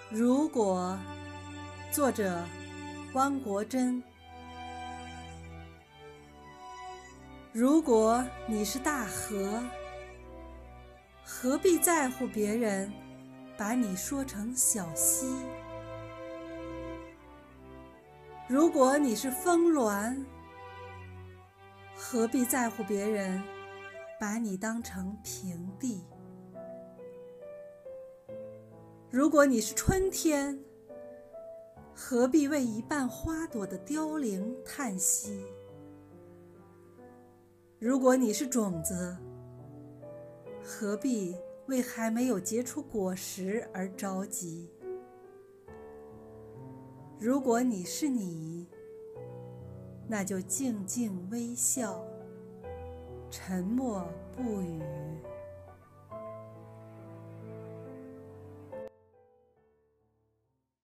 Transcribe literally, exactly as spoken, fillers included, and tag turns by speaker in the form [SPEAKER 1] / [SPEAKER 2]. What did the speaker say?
[SPEAKER 1] 如果，作者汪国真。如果你是大河，何必在乎别人把你说成小溪？如果你是峰峦，何必在乎别人把你当成平地？如果你是春天，何必为一半花朵的凋零叹息？如果你是种子，何必为还没有结出果实而着急？如果你是你，那就静静微笑，沉默不语。